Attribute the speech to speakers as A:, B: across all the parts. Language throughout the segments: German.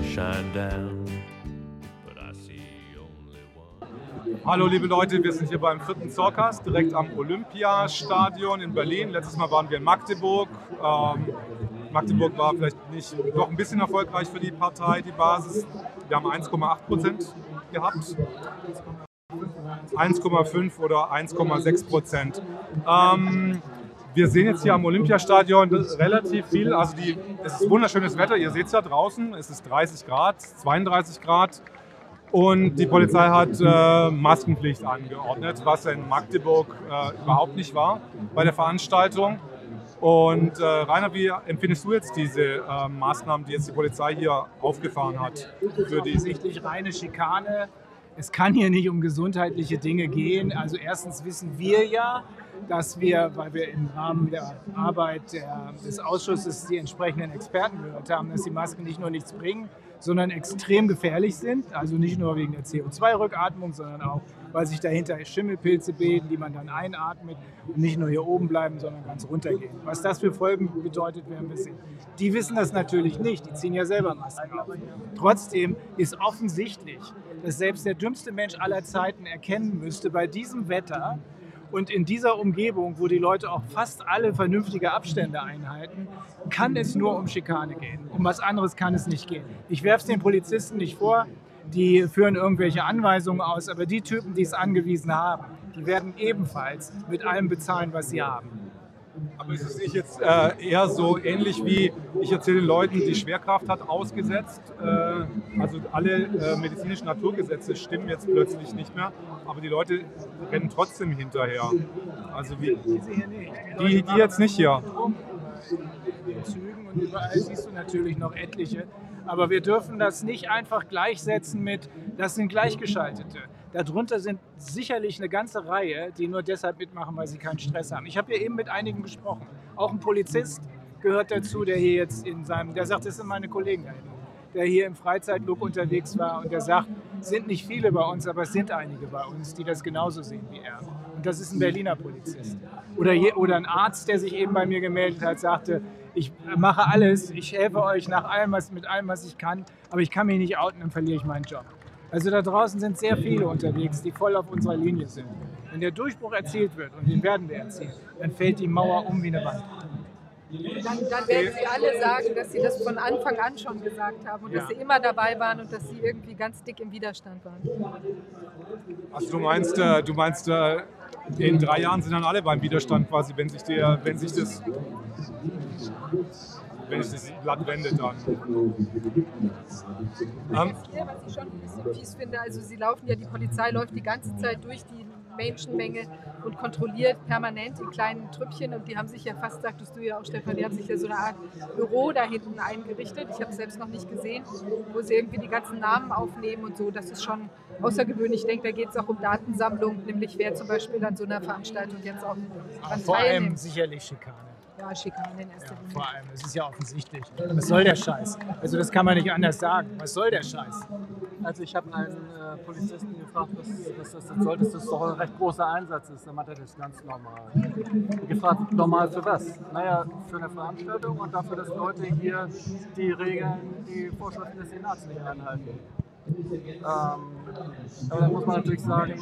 A: shine down, but I see only one.
B: Hallo liebe Leute, wir sind hier beim 4. Zorcast, direkt am Olympiastadion in Berlin. Letztes Mal waren wir in Magdeburg. Magdeburg war vielleicht nicht, doch ein bisschen erfolgreich für die Partei, die Basis. Wir haben 1,8% gehabt. 1,5 oder 1,6%. Wir sehen jetzt hier am Olympiastadion relativ viel, also es ist wunderschönes Wetter, ihr seht es ja draußen, es ist 30 Grad, 32 Grad und die Polizei hat Maskenpflicht angeordnet, was in Magdeburg überhaupt nicht war bei der Veranstaltung. Und Rainer, wie empfindest du jetzt diese Maßnahmen, die jetzt die Polizei hier aufgefahren hat?
C: Für die offensichtlich reine Schikane. Es kann hier nicht um gesundheitliche Dinge gehen. Also erstens wissen wir ja, dass wir, weil wir im Rahmen der Arbeit des Ausschusses die entsprechenden Experten gehört haben, dass die Masken nicht nur nichts bringen, sondern extrem gefährlich sind. Also nicht nur wegen der CO2-Rückatmung, sondern auch, weil sich dahinter Schimmelpilze bilden, die man dann einatmet und nicht nur hier oben bleiben, sondern ganz runtergehen. Was das für Folgen bedeutet, werden wir sehen. Die wissen das natürlich nicht, die ziehen ja selber Masken auf. Trotzdem ist offensichtlich, dass selbst der dümmste Mensch aller Zeiten erkennen müsste, bei diesem Wetter und in dieser Umgebung, wo die Leute auch fast alle vernünftige Abstände einhalten, kann es nur um Schikane gehen. Um was anderes kann es nicht gehen. Ich werfe es den Polizisten nicht vor, die führen irgendwelche Anweisungen aus, aber die Typen, die es angewiesen haben, die werden ebenfalls mit allem bezahlen, was sie haben.
B: Aber ist es nicht jetzt eher so ähnlich wie, ich erzähle den Leuten, die Schwerkraft hat ausgesetzt, also alle medizinischen Naturgesetze stimmen jetzt plötzlich nicht mehr, aber die Leute rennen trotzdem hinterher. Also wie,
C: Diese hier nicht.
B: die jetzt nicht hier.
C: In den Zügen und überall siehst du natürlich noch etliche. Aber wir dürfen das nicht einfach gleichsetzen mit, das sind Gleichgeschaltete. Darunter sind sicherlich eine ganze Reihe, die nur deshalb mitmachen, weil sie keinen Stress haben. Ich habe hier eben mit einigen gesprochen. Auch ein Polizist gehört dazu, der hier jetzt der sagt, das sind meine Kollegen da hinten, der hier im Freizeitlook unterwegs war und der sagt, es sind nicht viele bei uns, aber es sind einige bei uns, die das genauso sehen wie er. Und das ist ein Berliner Polizist. Oder ein Arzt, der sich eben bei mir gemeldet hat, sagte, ich mache alles, ich helfe euch mit allem, was ich kann, aber ich kann mich nicht outen, dann verliere ich meinen Job. Also da draußen sind sehr viele unterwegs, die voll auf unserer Linie sind. Wenn der Durchbruch erzielt wird, und den werden wir erzielen, dann fällt die Mauer um wie eine Wand.
D: Dann werden Sie alle sagen, dass Sie das von Anfang an schon gesagt haben und dass Sie immer dabei waren und dass Sie irgendwie ganz dick im Widerstand waren.
B: Also du meinst, in 3 Jahren sind dann alle beim Widerstand quasi, wenn sich das Blatt wendet dann.
D: Was ich schon ein bisschen fies finde, also die Polizei läuft die ganze Zeit durch die Menschenmenge und kontrolliert permanent in kleinen Trüppchen und die haben sich ja fast, sagtest du ja auch Stefan, die haben sich ja so eine Art Büro da hinten eingerichtet, ich habe es selbst noch nicht gesehen, wo sie irgendwie die ganzen Namen aufnehmen und so, das ist schon außergewöhnlich. Ich denke, da geht es auch um Datensammlung, nämlich wer zum Beispiel an so einer Veranstaltung jetzt auch dran
C: Vor allem
D: teilnimmt.
C: sicherlich Schikane.
D: Ja, Schikane in erster Linie.
C: Vor allem, es ist ja offensichtlich. Was soll der Scheiß? Also das kann man nicht anders sagen. Was soll der Scheiß?
E: Also ich habe einen Polizisten gefragt, was das denn soll, dass das doch ein recht großer Einsatz ist. Dann meinte er, das ist ganz normal. Gefragt, normal für was? Naja, für eine Veranstaltung und dafür, dass Leute hier die Regeln, die Vorschriften des Senats nicht einhalten. Aber da muss man natürlich sagen,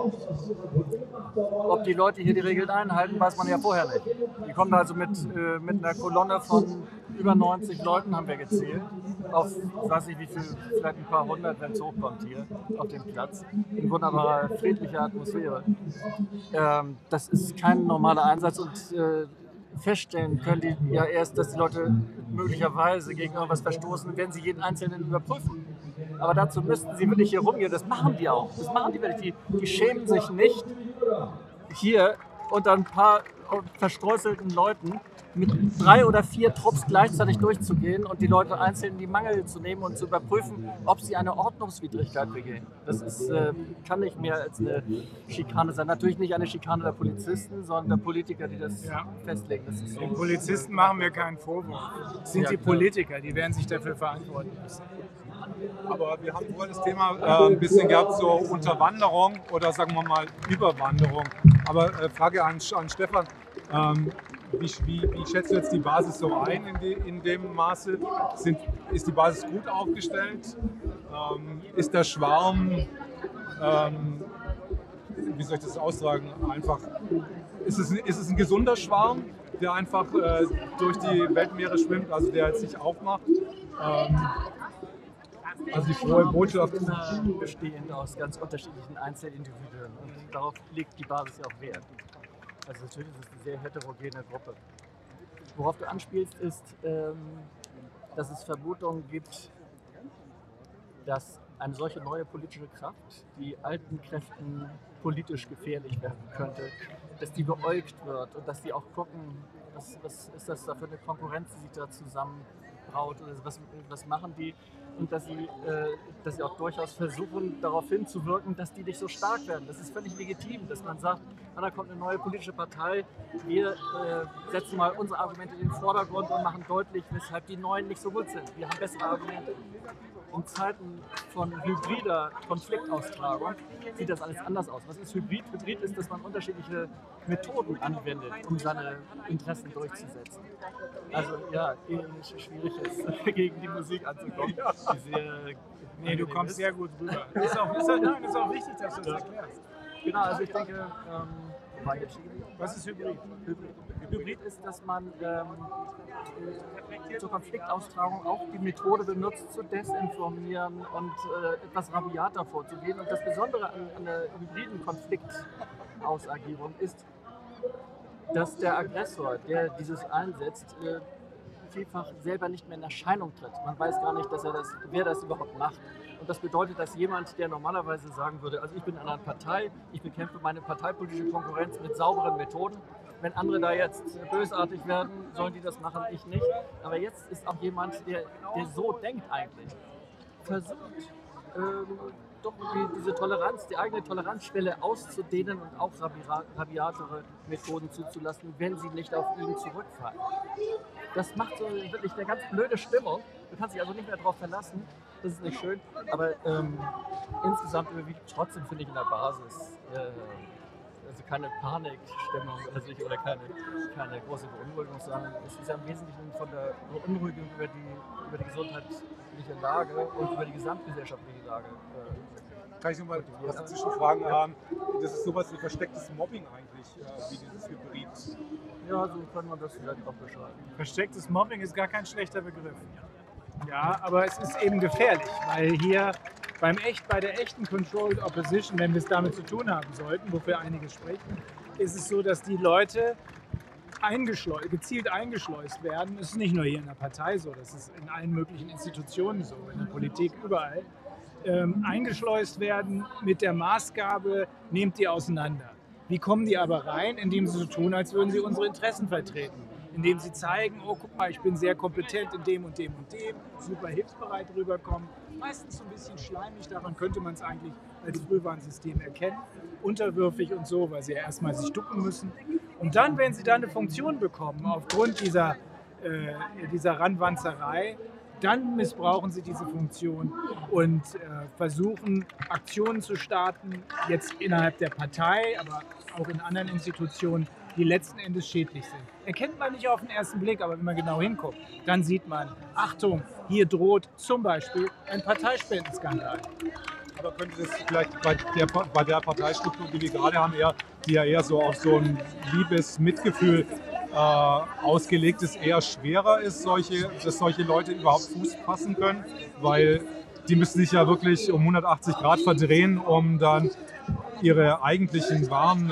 E: ob die Leute hier die Regeln einhalten, weiß man ja vorher nicht. Die kommen also mit einer Kolonne von über 90 Leuten, haben wir gezählt, auf, ich weiß nicht wie viel, vielleicht ein paar hundert, wenn es hochkommt hier auf dem Platz, in wunderbarer, friedlicher Atmosphäre. Das ist kein normaler Einsatz und feststellen können die ja erst, dass die Leute möglicherweise gegen irgendwas verstoßen, wenn sie jeden Einzelnen überprüfen. Aber dazu müssten sie wirklich hier rumgehen. Das machen die auch. Das machen die wirklich. Die schämen sich nicht, hier unter ein paar verstreuselten Leuten mit 3 oder 4 Trupps gleichzeitig durchzugehen und die Leute einzeln in die Mangel zu nehmen und zu überprüfen, ob sie eine Ordnungswidrigkeit begehen. Das ist, kann nicht mehr als eine Schikane sein. Natürlich nicht eine Schikane der Polizisten, sondern der Politiker, die das festlegen. Das ist so.
C: Den Polizisten machen wir keinen Vorwurf. Das sind die Politiker, die werden sich dafür verantworten müssen.
B: Aber wir haben vorhin das Thema ein bisschen gehabt, so Unterwanderung oder sagen wir mal Überwanderung. Aber Frage an Stefan. Wie schätzt du jetzt die Basis so ein in dem Maße? Ist die Basis gut aufgestellt? Ist der Schwarm, wie soll ich das aussagen, einfach, ist es ein gesunder Schwarm, der einfach durch die Weltmeere schwimmt, also der jetzt sich aufmacht? Also die frohe Botschaft.
E: Bestehend aus ganz unterschiedlichen Einzelindividuen und darauf legt die Basis ja auch Wert. Also natürlich ist es eine sehr heterogene Gruppe. Worauf du anspielst, ist, dass es Vermutungen gibt, dass eine solche neue politische Kraft, die alten Kräften politisch gefährlich werden könnte, dass die beäugt wird und dass die auch gucken, was ist das da für eine Konkurrenz, die sich da zusammenbraut oder was machen die, und dass sie auch durchaus versuchen, darauf hinzuwirken, dass die nicht so stark werden. Das ist völlig legitim, dass man sagt, da kommt eine neue politische Partei, wir setzen mal unsere Argumente in den Vordergrund und machen deutlich, weshalb die Neuen nicht so gut sind. Wir haben bessere Argumente. In Zeiten von hybrider Konfliktaustragung sieht das alles anders aus. Was ist Hybrid? Hybrid ist, dass man unterschiedliche Methoden anwendet, um seine Interessen durchzusetzen. Also ja, schwierig ist, gegen die Musik anzukommen.
C: Nee, du kommst sehr gut rüber. Ist auch wichtig, dass du das erklärst.
E: Genau, also ich denke,
C: Was ist Hybrid?
E: Hybrid ist, dass man zur Konfliktaustragung auch die Methode benutzt, zu desinformieren und etwas rabiater vorzugehen. Und das Besondere an der hybriden Konfliktausagierung ist, dass der Aggressor, der dieses einsetzt, vielfach selber nicht mehr in Erscheinung tritt. Man weiß gar nicht, wer das überhaupt macht. Und das bedeutet, dass jemand, der normalerweise sagen würde, also ich bin in einer Partei, ich bekämpfe meine parteipolitische Konkurrenz mit sauberen Methoden. Wenn andere da jetzt bösartig werden, sollen die das machen, ich nicht. Aber jetzt ist auch jemand, der so denkt eigentlich, versucht, doch diese Toleranz, die eigene Toleranzschwelle auszudehnen und auch rabiatere Methoden zuzulassen, wenn sie nicht auf ihn zurückfallen. Das macht so wirklich eine ganz blöde Stimmung. Du kannst dich also nicht mehr darauf verlassen. Das ist nicht schön. Aber insgesamt überwiegt trotzdem, finde ich, in der Basis also keine Panikstimmung oder keine große Beunruhigung, sondern es ist ja im Wesentlichen von der Beunruhigung über die gesundheitliche Lage und über die gesamtgesellschaftliche Lage.
B: Kann ich nochmal was dazwischen fragen? Das ist sowas wie verstecktes Mobbing eigentlich, wie dieses Hybrid.
E: Ja, so kann man das vielleicht auch beschreiben.
C: Verstecktes Mobbing ist gar kein schlechter Begriff. Ja, aber es ist eben gefährlich, weil hier bei der echten Controlled Opposition, wenn wir es damit zu tun haben sollten, wofür einige sprechen, ist es so, dass die Leute gezielt eingeschleust werden. Das ist nicht nur hier in der Partei so, das ist in allen möglichen Institutionen so, in der Politik, überall. Eingeschleust werden mit der Maßgabe, nehmt die auseinander. Wie kommen die aber rein? Indem sie so tun, als würden sie unsere Interessen vertreten. Indem sie zeigen, oh guck mal, ich bin sehr kompetent in dem und dem und dem, super hilfsbereit rüberkommen. Meistens so ein bisschen schleimig, daran könnte man es eigentlich als Frühwarnsystem erkennen. Unterwürfig und so, weil sie ja erstmal sich ducken müssen. Und dann, wenn sie dann eine Funktion bekommen, aufgrund dieser Ranwanzerei, dann missbrauchen sie diese Funktion und versuchen, Aktionen zu starten, jetzt innerhalb der Partei, aber auch in anderen Institutionen, die letzten Endes schädlich sind. Erkennt man nicht auf den ersten Blick, aber wenn man genau hinguckt, dann sieht man, Achtung, hier droht zum Beispiel ein Parteispendenskandal.
B: Aber könnte das vielleicht bei der Parteistruktur, die wir gerade haben, die ja eher so auf so ein liebes Mitgefühl ausgelegt ist, eher schwerer ist, dass solche Leute überhaupt Fuß fassen können, weil die müssen sich ja wirklich um 180 Grad verdrehen, um dann ihre eigentlichen wahren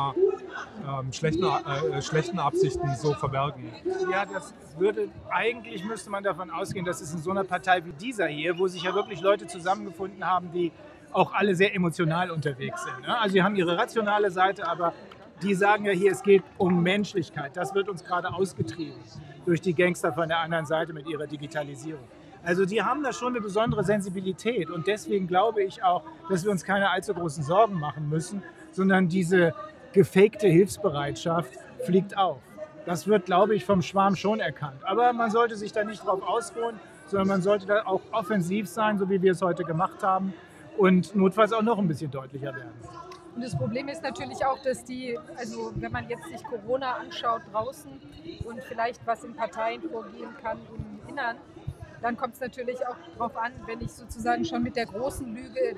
B: schlechten Absichten so verbergen.
C: Ja, eigentlich müsste man davon ausgehen, dass es in so einer Partei wie dieser hier, wo sich ja wirklich Leute zusammengefunden haben, die auch alle sehr emotional unterwegs sind. Ne? Also sie haben ihre rationale Seite, aber die sagen ja hier, es geht um Menschlichkeit. Das wird uns gerade ausgetrieben durch die Gangster von der anderen Seite mit ihrer Digitalisierung. Also die haben da schon eine besondere Sensibilität und deswegen glaube ich auch, dass wir uns keine allzu großen Sorgen machen müssen, sondern diese gefakte Hilfsbereitschaft fliegt auf. Das wird, glaube ich, vom Schwarm schon erkannt. Aber man sollte sich da nicht drauf ausruhen, sondern man sollte da auch offensiv sein, so wie wir es heute gemacht haben und notfalls auch noch ein bisschen deutlicher werden.
D: Und das Problem ist natürlich auch, dass also wenn man jetzt sich Corona anschaut draußen und vielleicht was in Parteien vorgehen kann im Innern, dann kommt es natürlich auch darauf an, wenn ich sozusagen schon mit der großen Lüge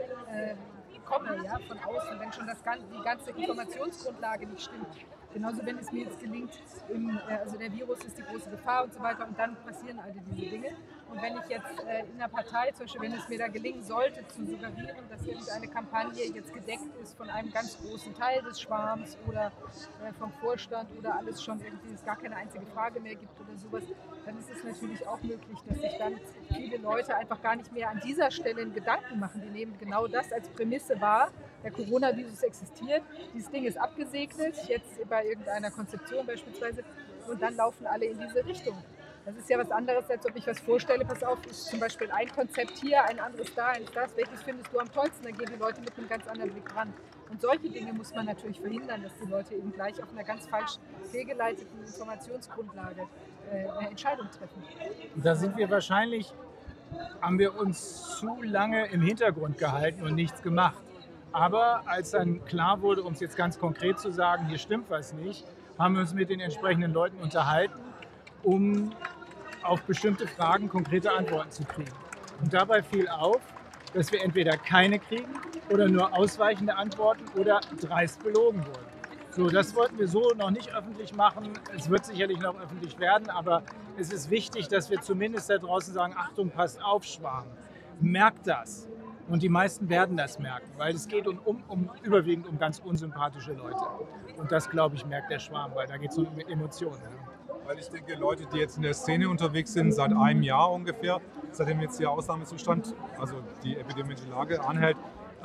D: komme, ja, von außen, wenn schon die ganze Informationsgrundlage nicht stimmt. Genauso, wenn es mir jetzt gelingt, also der Virus ist die große Gefahr und so weiter, und dann passieren all diese Dinge. Und wenn ich jetzt in einer Partei, zum Beispiel, wenn es mir da gelingen sollte, zu suggerieren, dass irgendeine Kampagne jetzt gedeckt ist von einem ganz großen Teil des Schwarms oder vom Vorstand oder alles schon irgendwie, es gar keine einzige Frage mehr gibt oder sowas, dann ist es natürlich auch möglich, dass sich dann viele Leute einfach gar nicht mehr an dieser Stelle einen Gedanken machen. Die nehmen genau das als Prämisse wahr. Der Coronavirus existiert, dieses Ding ist abgesegnet, jetzt bei irgendeiner Konzeption beispielsweise, und dann laufen alle in diese Richtung. Das ist ja was anderes, als ob ich was vorstelle, pass auf, ist zum Beispiel ein Konzept hier, ein anderes da, eins das, welches findest du am tollsten, dann gehen die Leute mit einem ganz anderen Blick ran. Und solche Dinge muss man natürlich verhindern, dass die Leute eben gleich auf einer ganz falsch fehlgeleiteten Informationsgrundlage eine Entscheidung treffen.
C: Da sind wir wahrscheinlich, haben wir uns zu lange im Hintergrund gehalten und nichts gemacht. Aber als dann klar wurde, um es jetzt ganz konkret zu sagen, hier stimmt was nicht, haben wir uns mit den entsprechenden Leuten unterhalten, um auf bestimmte Fragen konkrete Antworten zu kriegen. Und dabei fiel auf, dass wir entweder keine kriegen oder nur ausweichende Antworten oder dreist belogen wurden. So, das wollten wir so noch nicht öffentlich machen. Es wird sicherlich noch öffentlich werden, aber es ist wichtig, dass wir zumindest da draußen sagen, Achtung, passt auf, Schwarm. Merkt das. Und die meisten werden das merken, weil es geht überwiegend um ganz unsympathische Leute. Und das, glaube ich, merkt der Schwarm, weil da geht es um Emotionen. Ja.
B: Weil ich denke, Leute, die jetzt in der Szene unterwegs sind, seit einem Jahr ungefähr, seitdem jetzt der Ausnahmezustand, also die epidemische Lage anhält,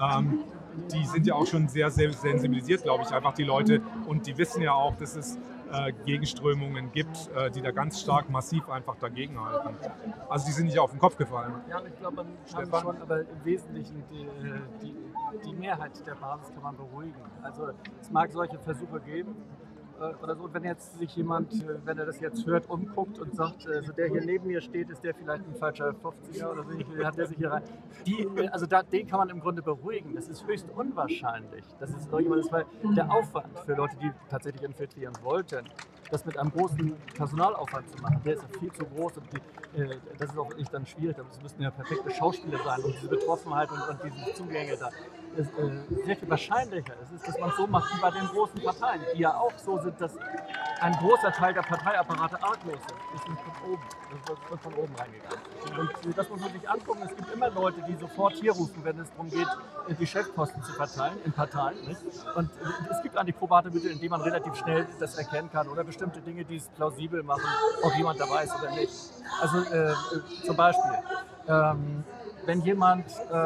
B: die sind ja auch schon sehr, sehr sensibilisiert, glaube ich, einfach die Leute. Und die wissen ja auch, dass es Gegenströmungen gibt, die da ganz stark massiv einfach dagegenhalten. Also die sind nicht auf den Kopf gefallen.
E: Ja, ich glaube, man kann schon, aber im Wesentlichen die Mehrheit der Basis kann man beruhigen. Also es mag solche Versuche geben, oder so. Und wenn jetzt sich jemand, wenn er das jetzt hört, umguckt und sagt, also der hier neben mir steht, ist der vielleicht ein falscher 50er oder so, hat der sich hier rein. Den kann man im Grunde beruhigen. Das ist höchst unwahrscheinlich, dass es irgendjemand ist, weil der Aufwand für Leute, die tatsächlich infiltrieren wollten, das mit einem großen Personalaufwand zu machen, der ist ja viel zu groß und das ist auch echt dann schwierig. Das müssten ja perfekte Schauspieler sein und diese Betroffenheit und diese Zugänge da. Ist sehr viel wahrscheinlicher ist, dass man es so macht wie bei den großen Parteien, die ja auch so sind, dass ein großer Teil der Parteiapparate arglos sind. Das wird von oben reingegangen. Und das muss man sich angucken. Es gibt immer Leute, die sofort hier rufen, wenn es darum geht, die Chefposten zu verteilen, in Parteien. Nicht? Und es gibt eigentlich probate Mittel, in denen man relativ schnell das erkennen kann oder bestimmte Dinge, die es plausibel machen, ob jemand dabei ist oder nicht. Also zum Beispiel, wenn jemand,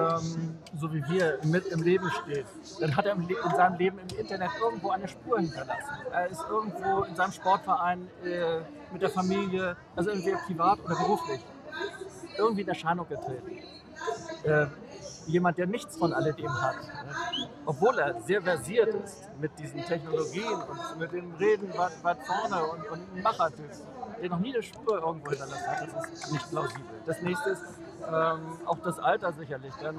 E: so wie wir, mit im Leben steht, dann hat er in seinem Leben im Internet irgendwo eine Spur hinterlassen. Er ist irgendwo in seinem Sportverein mit der Familie, also irgendwie privat oder beruflich, irgendwie in Erscheinung getreten. Jemand, der nichts von alledem hat, obwohl er sehr versiert ist mit diesen Technologien und mit dem Reden weit vorne und ein Machertyp, der noch nie eine Spur irgendwo hinterlassen hat, das ist nicht plausibel. Das nächste ist auch das Alter sicherlich, denn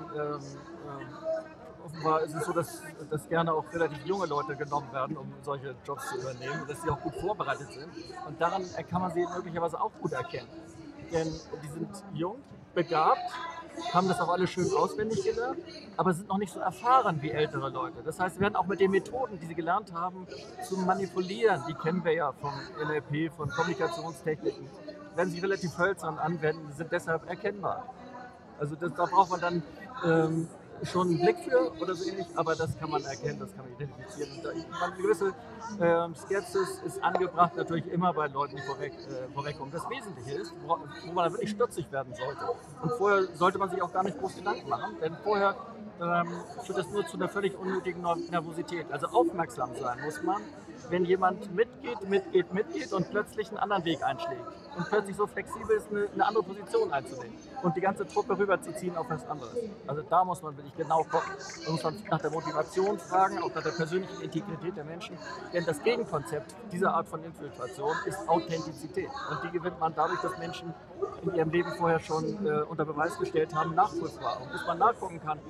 E: offenbar ist es so, dass gerne auch relativ junge Leute genommen werden, um solche Jobs zu übernehmen und dass sie auch gut vorbereitet sind. Und daran kann man sie möglicherweise auch gut erkennen. Denn die sind jung, begabt, haben das auch alle schön auswendig gelernt, aber sind noch nicht so erfahren wie ältere Leute. Das heißt, sie werden auch mit den Methoden, die sie gelernt haben, zu manipulieren, die kennen wir ja vom NLP, von Kommunikationstechniken, werden sie relativ hölzern anwenden, sind deshalb erkennbar. Also da braucht man dann schon einen Blick für oder so ähnlich, aber das kann man erkennen, das kann man identifizieren. Und eine gewisse Skepsis ist angebracht, natürlich immer bei Leuten, die vorwegkommen. Das Wesentliche ist, wo man dann wirklich stutzig werden sollte. Und vorher sollte man sich auch gar nicht groß Gedanken machen, denn vorher führt das nur zu einer völlig unnötigen Nervosität. Also aufmerksam sein muss man, wenn jemand mitgeht und plötzlich einen anderen Weg einschlägt und plötzlich so flexibel ist, eine andere Position einzunehmen und die ganze Truppe rüberzuziehen auf was anderes. Also da muss man wirklich genau gucken. Da muss man nach der Motivation fragen, auch nach der persönlichen Integrität der Menschen. Denn das Gegenkonzept dieser Art von Infiltration ist Authentizität. Und die gewinnt man dadurch, dass Menschen in ihrem Leben vorher schon unter Beweis gestellt haben, nachprüfbar. Und bis man nachgucken kann, er steht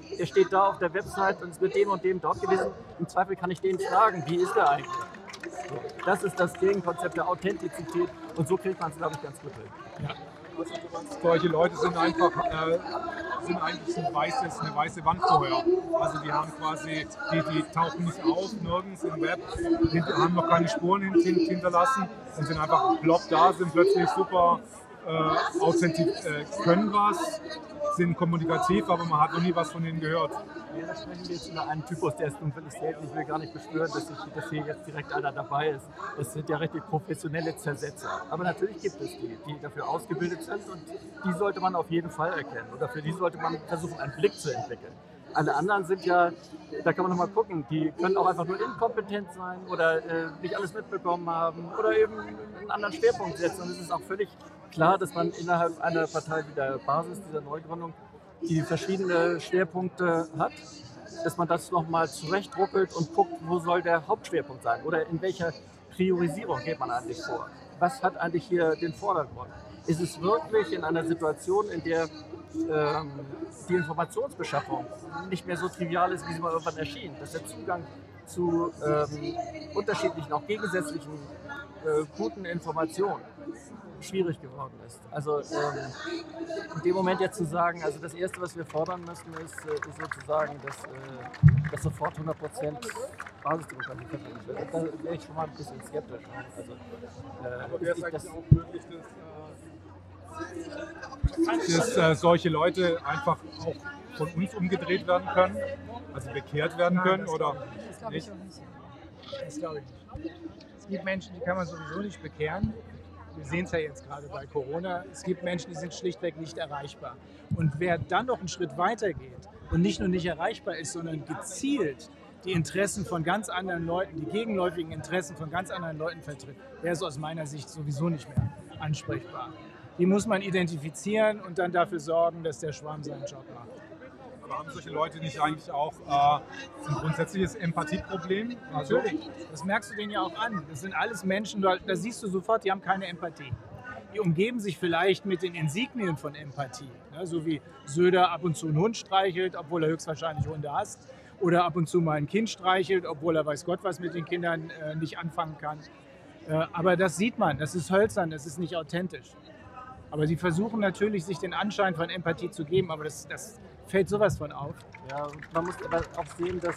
E: steht da auf der Website und ist mit dem und dem dort gewesen. Im Zweifel kann ich den fragen, wie ist der eigentlich? So, das ist das Gegenkonzept der Authentizität und so kriegt man es, glaube ich, ganz gut hin.
B: Ja. Solche Leute sind einfach eigentlich eine weiße Wand vorher. Also die haben quasi, die tauchen nicht auf, nirgends im Web, haben noch keine Spuren hinterlassen und sind einfach plopp da, sind plötzlich super authentisch, können was, sind kommunikativ, aber man hat noch nie was von ihnen gehört.
E: Ja, da sprechen wir jetzt über einen Typus, der ist nun wirklich selten. Ich will gar nicht beschwören, dass hier jetzt direkt einer dabei ist. Es sind ja richtig professionelle Zersetzer. Aber natürlich gibt es die dafür ausgebildet sind und die sollte man auf jeden Fall erkennen. Oder für die sollte man versuchen, einen Blick zu entwickeln. Alle anderen sind ja, da kann man nochmal gucken, die können auch einfach nur inkompetent sein oder nicht alles mitbekommen haben oder eben einen anderen Schwerpunkt setzen. Und es ist auch völlig klar, dass man innerhalb einer Partei wie der Basis dieser Neugründung, die verschiedene Schwerpunkte hat, dass man das nochmal zurechtruckelt und guckt, wo soll der Hauptschwerpunkt sein oder in welcher Priorisierung geht man eigentlich vor. Was hat eigentlich hier den Vordergrund? Ist es wirklich in einer Situation, in der die Informationsbeschaffung nicht mehr so trivial ist, wie sie mal irgendwann erschien, dass der Zugang zu unterschiedlichen, auch gegensätzlichen guten Informationen schwierig geworden ist. Also in dem Moment jetzt zu sagen, also das Erste, was wir fordern müssen, ist sozusagen, dass sofort 100% Basisdemokratie verwendet wird. Da wäre ich schon mal ein bisschen skeptisch. Also,
B: dass solche Leute einfach auch von uns umgedreht werden können, also bekehrt werden können, oder?
D: Das glaube ich auch nicht.
C: Das glaube ich nicht. Es gibt Menschen, die kann man sowieso nicht bekehren. Wir sehen es ja jetzt gerade bei Corona. Es gibt Menschen, die sind schlichtweg nicht erreichbar. Und wer dann noch einen Schritt weiter geht und nicht nur nicht erreichbar ist, sondern gezielt die Interessen von ganz anderen Leuten, die gegenläufigen Interessen von ganz anderen Leuten vertritt, der ist aus meiner Sicht sowieso nicht mehr ansprechbar. Die muss man identifizieren und dann dafür sorgen, dass der Schwarm seinen Job macht.
B: Aber haben solche Leute nicht eigentlich auch ein grundsätzliches Empathieproblem?
C: Natürlich, das merkst du denen ja auch an. Das sind alles Menschen, da siehst du sofort, die haben keine Empathie. Die umgeben sich vielleicht mit den Insignien von Empathie. Ne? So wie Söder ab und zu einen Hund streichelt, obwohl er höchstwahrscheinlich Hunde hasst. Oder ab und zu mal ein Kind streichelt, obwohl er weiß Gott was mit den Kindern nicht anfangen kann. Aber das sieht man, das ist hölzern, das ist nicht authentisch. Aber sie versuchen natürlich, sich den Anschein von Empathie zu geben, aber das fällt sowas von auf.
E: Ja, man muss aber auch sehen, dass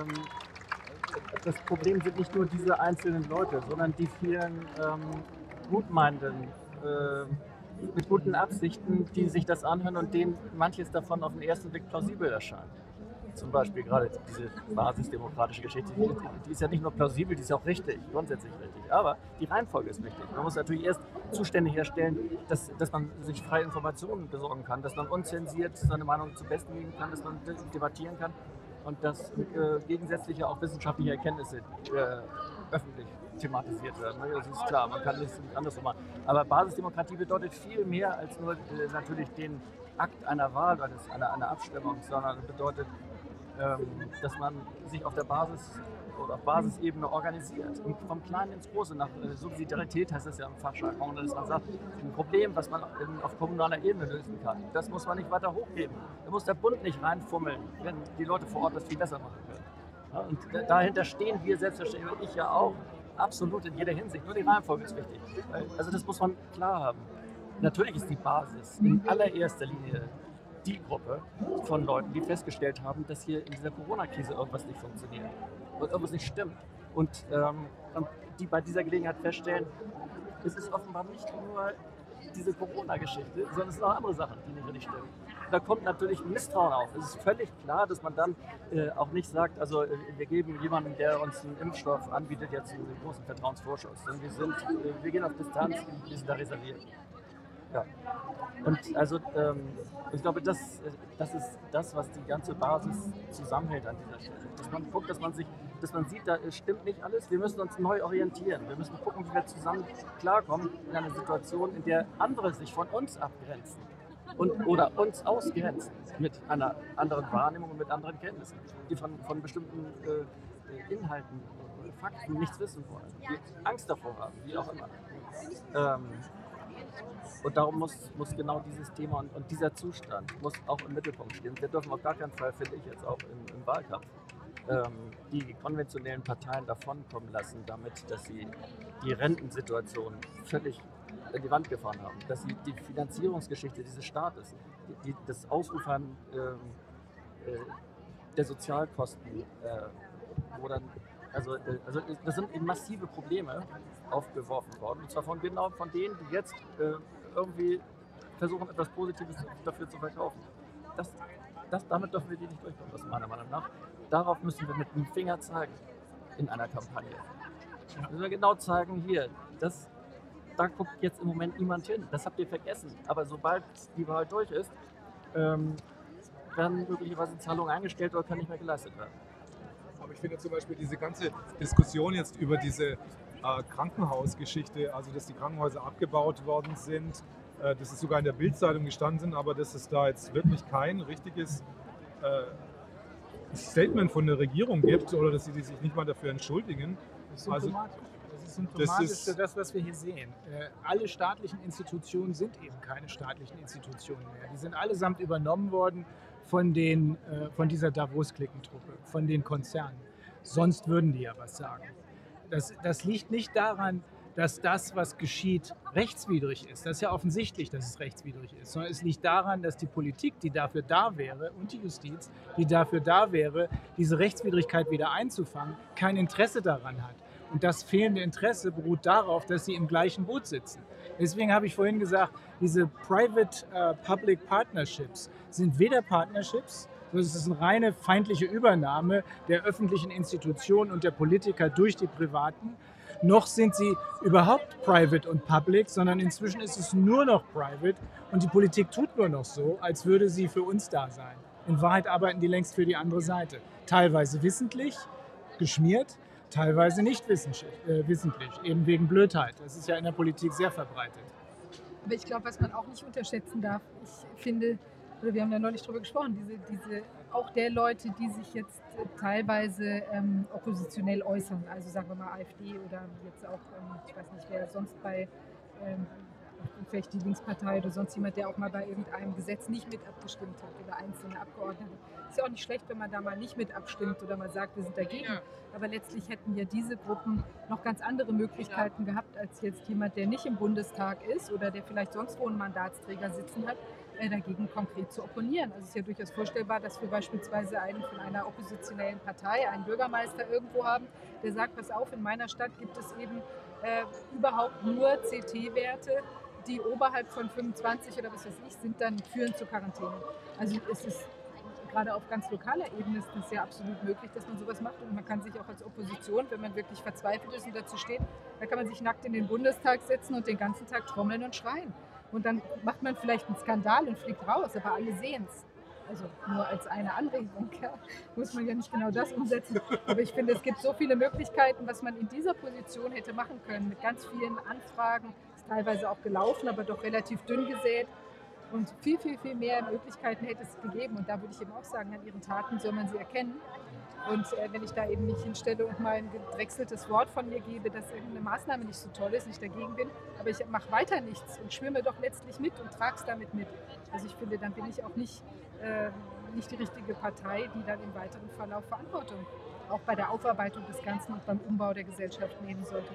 E: das Problem sind nicht nur diese einzelnen Leute, sondern die vielen Gutmeinenden mit guten Absichten, die sich das anhören und denen manches davon auf den ersten Blick plausibel erscheint. Zum Beispiel gerade diese basisdemokratische Geschichte, die ist ja nicht nur plausibel, die ist ja auch richtig, grundsätzlich richtig. Aber die Reihenfolge ist wichtig. Man muss natürlich erst Zustände herstellen, dass man sich freie Informationen besorgen kann, dass man unzensiert seine Meinung zum Besten geben kann, dass man debattieren kann und dass gegensätzliche, auch wissenschaftliche Erkenntnisse öffentlich thematisiert werden. Das ist klar, man kann das nicht anders machen. Aber Basisdemokratie bedeutet viel mehr als nur natürlich den Akt einer Wahl, einer Abstimmung, sondern bedeutet, dass man sich auf der Basis oder auf Basisebene organisiert. Und vom Kleinen ins Große, nach Subsidiarität heißt das ja im Fachjargon, dass man sagt, ein Problem, was man auf kommunaler Ebene lösen kann, das muss man nicht weiter hochgeben. Da muss der Bund nicht reinfummeln, wenn die Leute vor Ort das viel besser machen können. Ja, und dahinter stehen wir selbstverständlich, ich ja auch, absolut in jeder Hinsicht. Nur die Reihenfolge ist wichtig. Also das muss man klar haben. Natürlich ist die Basis in allererster Linie die Gruppe von Leuten, die festgestellt haben, dass hier in dieser Corona-Krise irgendwas nicht funktioniert und irgendwas nicht stimmt. Und die bei dieser Gelegenheit feststellen, es ist offenbar nicht nur diese Corona-Geschichte, sondern es sind auch andere Sachen, die nicht richtig stimmen. Da kommt natürlich Misstrauen auf. Es ist völlig klar, dass man dann auch nicht sagt, also wir geben jemandem, der uns einen Impfstoff anbietet, jetzt einen großen Vertrauensvorschuss. Sondern wir gehen auf Distanz, wir sind da reserviert. Ja. Und also ich glaube, das ist das, was die ganze Basis zusammenhält an dieser Stelle. Dass man guckt, dass man sieht, da stimmt nicht alles, wir müssen uns neu orientieren. Wir müssen gucken, wie wir zusammen klarkommen in einer Situation, in der andere sich von uns abgrenzen oder uns ausgrenzen mit einer anderen Wahrnehmung und mit anderen Kenntnissen, die von bestimmten Inhalten, Fakten nichts wissen wollen, die Angst davor haben, wie auch immer. Und darum muss genau dieses Thema und dieser Zustand muss auch im Mittelpunkt stehen. Wir dürfen auf gar keinen Fall, finde ich jetzt auch im Wahlkampf, die konventionellen Parteien davonkommen lassen, damit, dass sie die Rentensituation völlig in die Wand gefahren haben, dass sie die Finanzierungsgeschichte dieses Staates, das Ausufern der Sozialkosten, wo dann, also das sind eben massive Probleme aufgeworfen worden, und zwar von denen, die jetzt irgendwie versuchen, etwas Positives dafür zu verkaufen. Damit dürfen wir die nicht durchkommen lassen, meiner Meinung nach. Darauf müssen wir mit dem Finger zeigen in einer Kampagne. Müssen wir genau zeigen, hier, da guckt jetzt im Moment niemand hin. Das habt ihr vergessen. Aber sobald die Wahl durch ist, werden möglicherweise Zahlungen eingestellt oder können nicht mehr geleistet werden.
B: Aber ich finde zum Beispiel diese ganze Diskussion jetzt über diese Krankenhausgeschichte, also dass die Krankenhäuser abgebaut worden sind, dass es sogar in der Bild-Zeitung gestanden sind, aber dass es da jetzt wirklich kein richtiges Statement von der Regierung gibt oder dass sie sich nicht mal dafür entschuldigen.
C: Das ist symptomatisch. Das ist symptomatisch für das, was wir hier sehen. Alle staatlichen Institutionen sind eben keine staatlichen Institutionen mehr. Die sind allesamt übernommen worden von dieser Davos-Klickentruppe, von den Konzernen. Sonst würden die ja was sagen. Das liegt nicht daran, dass das, was geschieht, rechtswidrig ist. Das ist ja offensichtlich, dass es rechtswidrig ist. Sondern es liegt daran, dass die Politik, die dafür da wäre, und die Justiz, die dafür da wäre, diese Rechtswidrigkeit wieder einzufangen, kein Interesse daran hat. Und das fehlende Interesse beruht darauf, dass sie im gleichen Boot sitzen. Deswegen habe ich vorhin gesagt, diese Private-Public Partnerships sind weder Partnerships, sondern es ist eine reine feindliche Übernahme der öffentlichen Institutionen und der Politiker durch die Privaten. Noch sind sie überhaupt private und public, sondern inzwischen ist es nur noch private und die Politik tut nur noch so, als würde sie für uns da sein. In Wahrheit arbeiten die längst für die andere Seite. Teilweise wissentlich, geschmiert, teilweise nicht wissentlich, eben wegen Blödheit. Das ist ja in der Politik sehr verbreitet.
D: Aber ich glaube, was man auch nicht unterschätzen darf, ich finde, oder wir haben ja neulich darüber gesprochen, auch der Leute, die sich jetzt teilweise oppositionell äußern, also sagen wir mal AfD oder jetzt auch, ich weiß nicht, wer sonst bei vielleicht die Linkspartei oder sonst jemand, der auch mal bei irgendeinem Gesetz nicht mit abgestimmt hat oder einzelne Abgeordnete. Ist ja auch nicht schlecht, wenn man da mal nicht mit abstimmt oder mal sagt, wir sind dagegen. Aber letztlich hätten ja diese Gruppen noch ganz andere Möglichkeiten gehabt, als jetzt jemand, der nicht im Bundestag ist oder der vielleicht sonst wo einen Mandatsträger sitzen hat, dagegen konkret zu opponieren. Also es ist ja durchaus vorstellbar, dass wir beispielsweise einen von einer oppositionellen Partei, einen Bürgermeister irgendwo haben, der sagt, pass auf, in meiner Stadt gibt es eben überhaupt nur CT-Werte, die oberhalb von 25 oder was weiß ich sind, dann führen zur Quarantäne. Also es ist gerade auf ganz lokaler Ebene ist das ja absolut möglich, dass man sowas macht und man kann sich auch als Opposition, wenn man wirklich verzweifelt ist und dazu steht, da kann man sich nackt in den Bundestag setzen und den ganzen Tag trommeln und schreien. Und dann macht man vielleicht einen Skandal und fliegt raus, aber alle sehen es. Also nur als eine Anregung, ja, muss man ja nicht genau das umsetzen. Aber ich finde, es gibt so viele Möglichkeiten, was man in dieser Position hätte machen können, mit ganz vielen Anfragen. Ist teilweise auch gelaufen, aber doch relativ dünn gesät. Und viel, viel, viel mehr Möglichkeiten hätte es gegeben. Und da würde ich eben auch sagen, an ihren Taten soll man sie erkennen. Und wenn ich da eben nicht hinstelle und mal ein gedrechseltes Wort von mir gebe, dass irgendeine Maßnahme nicht so toll ist, nicht dagegen bin, aber ich mache weiter nichts und schwimme doch letztlich mit und trage es damit mit. Also ich finde, dann bin ich auch nicht die richtige Partei, die dann im weiteren Verlauf Verantwortung auch bei der Aufarbeitung des Ganzen und beim Umbau der Gesellschaft nehmen sollte.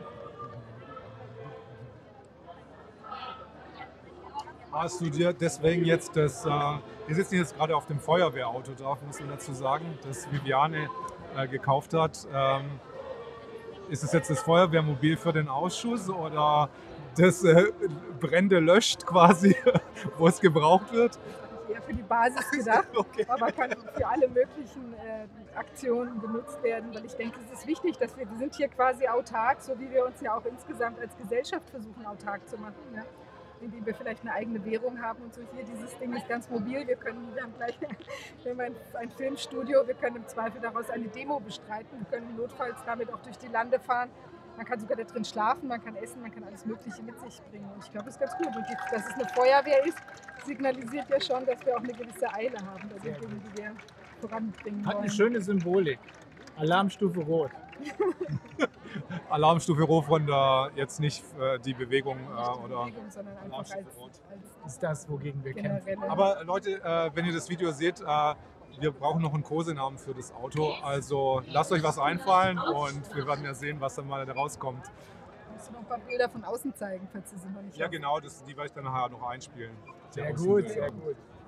B: Hast du dir deswegen jetzt wir sitzen jetzt gerade auf dem Feuerwehrauto drauf, muss man dazu sagen, das Viviane gekauft hat. Ist es jetzt das Feuerwehrmobil für den Ausschuss oder das Brände löscht quasi, wo es gebraucht wird?
D: Eher für die Basis gedacht,
B: Okay.
D: aber kann für alle möglichen Aktionen benutzt werden, weil ich denke, es ist wichtig, dass wir sind hier quasi autark, so wie wir uns ja auch insgesamt als Gesellschaft versuchen, autark zu machen. Ja? Indem wir vielleicht eine eigene Währung haben und so. Hier, dieses Ding ist ganz mobil. Wir haben gleich ein Filmstudio. Wir können im Zweifel daraus eine Demo bestreiten. Wir können notfalls damit auch durch die Lande fahren. Man kann sogar da drin schlafen, man kann essen, man kann alles Mögliche mit sich bringen. Und ich glaube, das ist ganz gut. Und dass es eine Feuerwehr ist, signalisiert ja schon, dass wir auch eine gewisse Eile haben bei den Dingen, die wir voranbringen wollen.
C: Hat eine schöne Symbolik. Alarmstufe Rot.
B: Alarmstufe Ruf runter, jetzt nicht die Bewegung oder
D: Bewegung, sondern einfach als
C: Ist das, wogegen wir kämpfen.
D: generelle.
B: Aber Leute, wenn ihr das Video seht, wir brauchen noch einen Kosenamen für das Auto. Also lasst euch was einfallen und wir werden ja sehen, was dann mal da rauskommt.
D: Musst du noch ein paar Bilder von außen zeigen, falls du sie noch nicht
B: Ja
D: hast.
B: genau, die werde ich dann nachher noch einspielen.
C: Sehr gut, sehr gut.